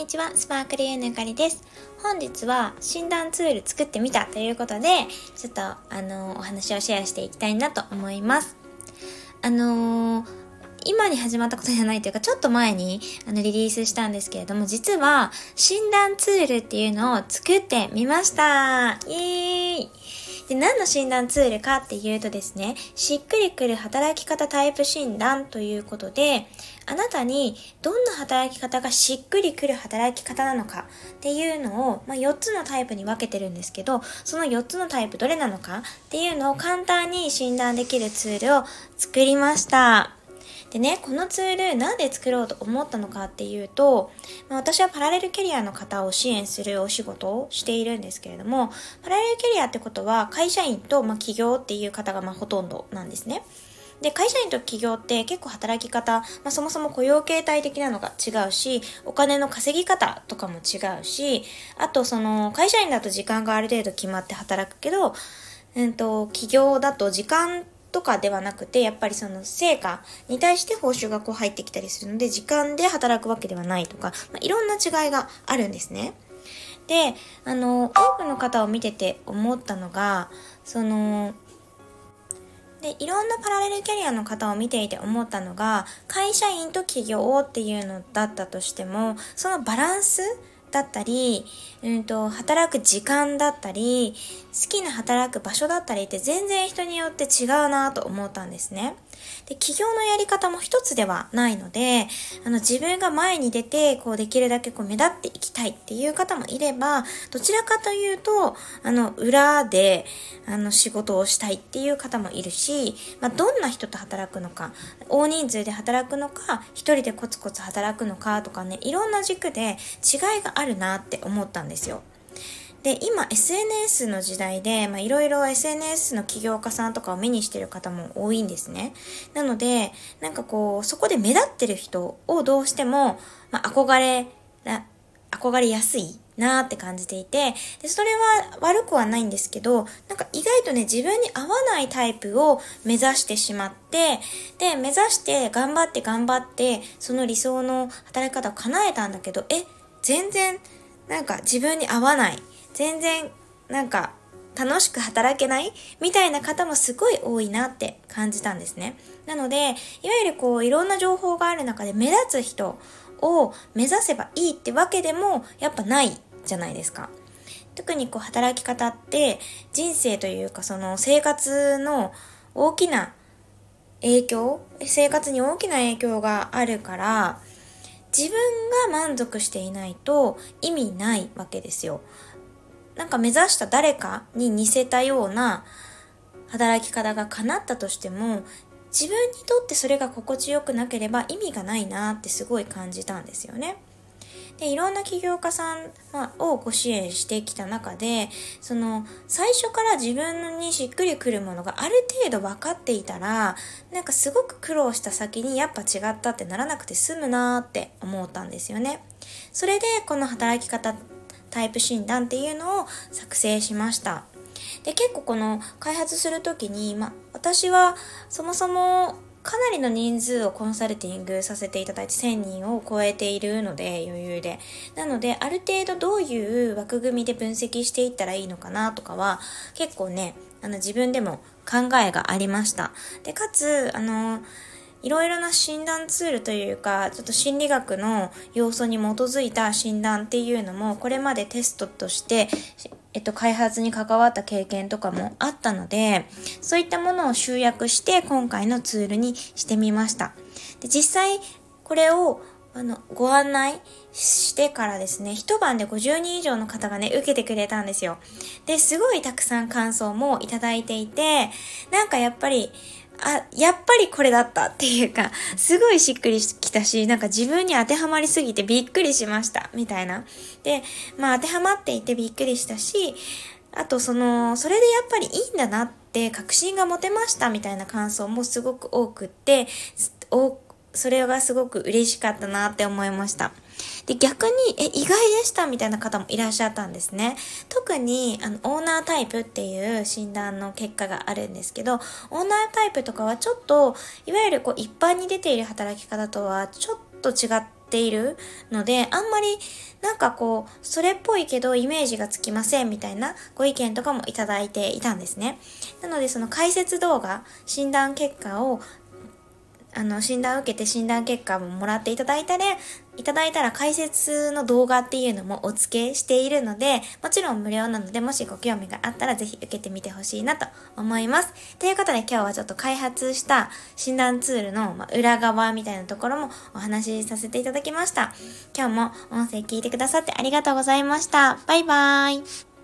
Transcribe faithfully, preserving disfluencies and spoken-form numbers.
にちは、スパークルユーのゆかりです。本日は診断ツール作ってみたということで、ちょっとあのお話をシェアしていきたいなと思います。あのー、今に始まったことじゃないというか、ちょっと前にあのリリースしたんですけれども、実は診断ツールっていうのを作ってみました。イエーイ。で、何の診断ツールかっていうとですね、しっくりくる働き方タイプ診断ということで、あなたにどんな働き方がしっくりくる働き方なのかっていうのを、まあ、よっつのタイプに分けてるんですけど、そのよっつのタイプどれなのかっていうのを簡単に診断できるツールを作りました。でね、このツールなんで作ろうと思ったのかっていうと、まあ、私はパラレルキャリアの方を支援するお仕事をしているんですけれども、パラレルキャリアってことは会社員とまあ企業っていう方がまあほとんどなんですね。で、会社員と企業って結構働き方、まあ、そもそも雇用形態的なのが違うし、お金の稼ぎ方とかも違うし、あとその会社員だと時間がある程度決まって働くけど、うんと企業だと時間とかではなくて、やっぱりその成果に対して報酬がこう入ってきたりするので、時間で働くわけではないとか、まあ、いろんな違いがあるんですね。で、あの、多くの方を見てて思ったのが、その、で、いろんなパラレルキャリアの方を見ていて思ったのが、会社員と企業っていうのだったとしても、そのバランスだったり、うんと、働く時間だったり、好きな働く場所だったりって全然人によって違うなと思ったんですね。で、企業のやり方も一つではないので、あの自分が前に出てこうできるだけこう目立っていきたいっていう方もいれば、どちらかというとあの裏であの仕事をしたいっていう方もいるし、まあ、どんな人と働くのか、大人数で働くのか、一人でコツコツ働くのかとかね、いろんな軸で違いがあるなって思ったんですよ。で、今 エスエヌエス の時代で、まあ、いろいろ エスエヌエス の起業家さんとかを目にしてる方も多いんですね。なので、なんかこう、そこで目立ってる人をどうしても、まあ、憧れら、憧れやすいなーって感じていて、で、それは悪くはないんですけど、なんか意外とね、自分に合わないタイプを目指してしまって、で、目指して頑張って頑張って、その理想の働き方を叶えたんだけど、え、全然、なんか自分に合わない。全然なんか楽しく働けないみたいな方もすごい多いなって感じたんですね。なので、いわゆるこういろんな情報がある中で目立つ人を目指せばいいってわけでもやっぱないじゃないですか。特にこう働き方って人生というかその生活の大きな影響、生活に大きな影響があるから、自分が満足していないと意味ないわけですよ。なんか目指した誰かに似せたような働き方が叶ったとしても、自分にとってそれが心地よくなければ意味がないなってすごい感じたんですよね。で、いろんな起業家さんをご支援してきた中で、その最初から自分にしっくりくるものがある程度分かっていたら、なんかすごく苦労した先にやっぱ違ったってならなくて済むなって思ったんですよね。それでこの働き方タイプ診断っていうのを作成しました。で、結構この開発するときに、まあ、私はそもそもかなりの人数をコンサルティングさせていただいてせんにんを超えているので、余裕で。なので、ある程度どういう枠組みで分析していったらいいのかなとかは、結構ね、あの自分でも考えがありました。で、かつ、あの、いろいろな診断ツールというか、ちょっと心理学の要素に基づいた診断っていうのも、これまでテストとして、えっと、開発に関わった経験とかもあったので、そういったものを集約して今回のツールにしてみました。で、実際これをあのご案内してからですね、一晩でごじゅうにん以上の方がね受けてくれたんですよ。で、すごいたくさん感想もいただいていて、なんかやっぱりあ、やっぱりこれだったっていうか、すごいしっくりきたし、なんか自分に当てはまりすぎてびっくりしました、みたいな。で、まあ当てはまっていてびっくりしたし、あとその、それでやっぱりいいんだなって確信が持てましたみたいな感想もすごく多くって、おそれがすごく嬉しかったなって思いました。で、逆にえ意外でしたみたいな方もいらっしゃったんですね。特にあのオーナータイプっていう診断の結果があるんですけど、オーナータイプとかはちょっといわゆるこう一般に出ている働き方とはちょっと違っっているので、あんまりなんかこう、それっぽいけどイメージがつきませんみたいなご意見とかもいただいていたんですね。なのでその解説動画、診断結果をあの、診断を受けて診断結果ももらっていただいたら、いただいたら解説の動画っていうのもお付けしているので、もちろん無料なので、もしご興味があったらぜひ受けてみてほしいなと思います。ということで今日はちょっと開発した診断ツールの裏側みたいなところもお話しさせていただきました。今日も音声聞いてくださってありがとうございました。バイバーイ。